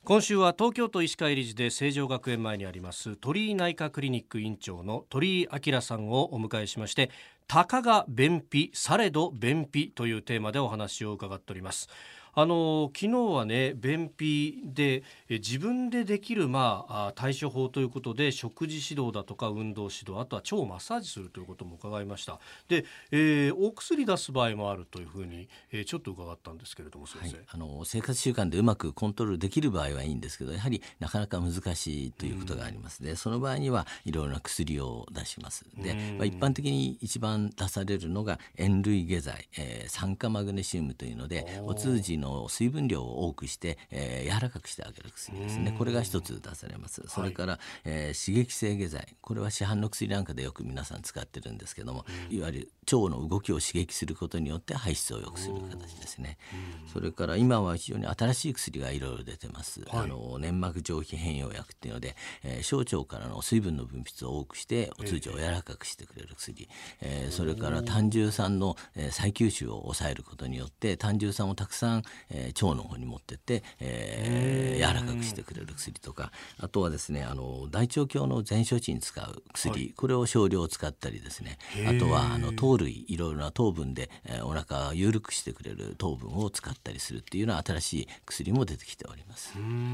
今週は東京都医師会理事で成城学園前にあります鳥居内科クリニック院長の鳥居明さんをお迎えしまして、たかが便秘されど便秘というテーマでお話を伺っております。昨日はね、便秘で自分でできる対処法ということで、食事指導だとか運動指導、あとは腸をマッサージするということも伺いました。で、お薬出す場合もあるというふうに、ちょっと伺ったんですけれども、先生、 生活習慣でうまくコントロールできる場合はいいんですけど、やはりなかなか難しいということがあります。でその場合にはいろいろな薬を出します。で、一般的に一番出されるのが塩類下剤、酸化マグネシウムというので、お通じの水分量を多くして、柔らかくしてあげる薬ですね。これが一つ出されます。それから、刺激性下剤、これは市販の薬なんかでよく皆さん使ってるんですけども、いわゆる腸の動きを刺激することによって排出を良くする形ですね。それから今は非常に新しい薬がいろいろ出てます。粘膜上皮変容薬っていうので、小腸からの水分の分泌を多くしてお通じを柔らかくしてくれる薬、それから胆汁酸の、再吸収を抑えることによって胆汁酸をたくさん、腸の方に持ってって、柔らかくしてくれる薬とか、あとはですね、大腸鏡の前処置に使う薬、これを少量使ったりですね、あとは糖類、いろいろな糖分で、お腹を緩くしてくれる糖分を使ったりするっていうような新しい薬も出てきております。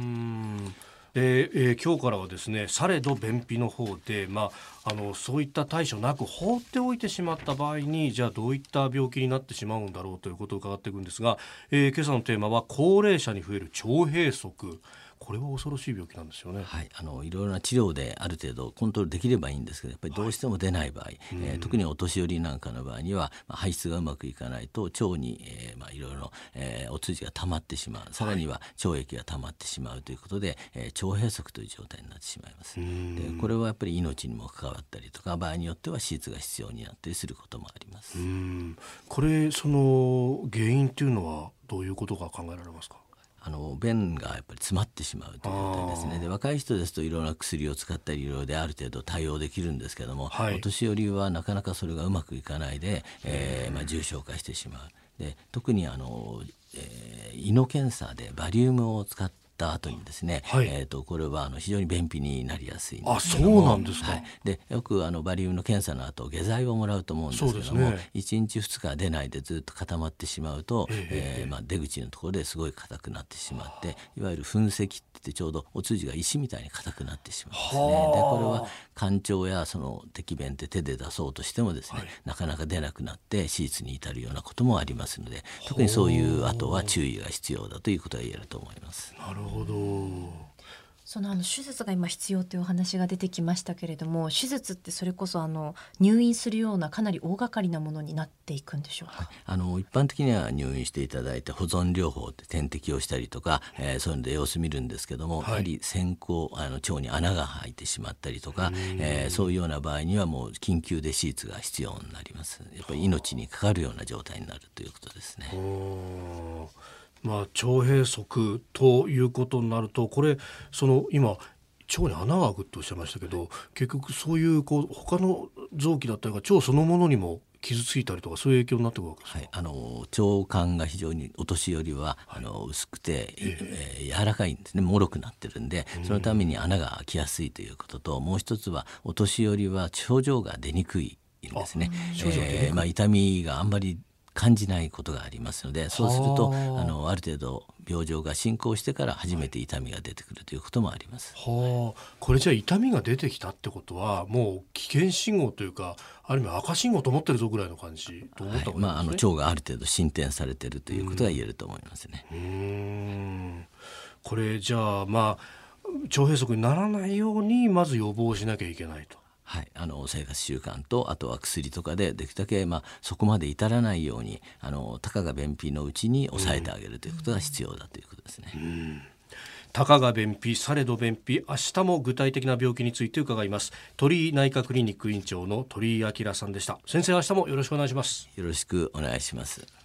で今日からはですね、されど便秘の方で、そういった対処なく放っておいてしまった場合に、じゃあどういった病気になってしまうんだろうということを伺っていくんですが、今朝のテーマは高齢者に増える腸閉塞。これは恐ろしい病気なんですよね。 はい、いろいろな治療である程度コントロールできればいいんですけど、やっぱりどうしても出ない場合、特にお年寄りなんかの場合には、排出がうまくいかないと腸に、いろいろ、お通じが溜まってしまう、さらには腸液が溜まってしまうということで、腸閉塞という状態になってしまいます。でこれはやっぱり命にも関わったりとか、場合によっては手術が必要になったりすることもあります。 これその原因というのはどういうことが考えられますか？ 便がやっぱり詰まってしまうという状態ですね。で若い人ですといろんな薬を使ったりいろいろである程度対応できるんですけども、お年寄りはなかなかそれがうまくいかないで、重症化してしまう。で特に胃の検査でバリウムを使った後にですね、これは非常に便秘になりやすいんですけども、 そうなんですか。 でよくバリウムの検査の後下剤をもらうと思うんですけども、1日2日出ないでずっと固まってしまうと、出口のところですごい硬くなってしまって、いわゆる噴石って言ってちょうどお通じが石みたいに硬くなってしまうんですね。でこれは肝腸やその摘便って手で出そうとしてもですね、なかなか出なくなって手術に至るようなこともありますので、特にそういう後は注意が必要だということが言えると思います。 なるほど。 その手術が今必要というお話が出てきましたけれども、手術ってそれこそ入院するようなかなり大掛かりなものになっていくんでしょうか？ 一般的には入院していただいて保存療法って点滴をしたりとか、そういうので様子見るんですけども、やはり先行腸に穴が開いてしまったりとか、そういうような場合にはもう緊急で手術が必要になります。やっぱり命にかかるような状態になるということですね。 腸閉塞ということになると、これ今腸に穴が開くとおっしゃいましたけど、結局そういう他の臓器だったりが腸そのものにも傷ついたりとか、そういう影響になってくるわけですか？ 腸管が非常にお年寄りは、薄くて、柔らかいんですね。脆くなってるんで、そのために穴が開きやすいということと、もう一つはお年寄りは症状が出にくいんですね。痛みがあんまり感じないことがありますので、そうするとある程度病状が進行してから初めて痛みが出てくるということもあります。 これじゃあ痛みが出てきたってことは、もう危険信号というか、ある意味赤信号と思ってるぞぐらいの感じと思った方がいいですね。 腸がある程度進展されているということが言えると思いますね。 これじゃあ腸閉塞にならないようにまず予防しなきゃいけないと。 生活習慣と、あとは薬とかでできるだけ、そこまで至らないようにたかが便秘のうちに抑えてあげるということが必要だということですね。 たかが便秘されど便秘、明日も具体的な病気について伺います。鳥居内科クリニック院長の鳥居明さんでした。先生、明日もよろしくお願いします。 よろしくお願いします。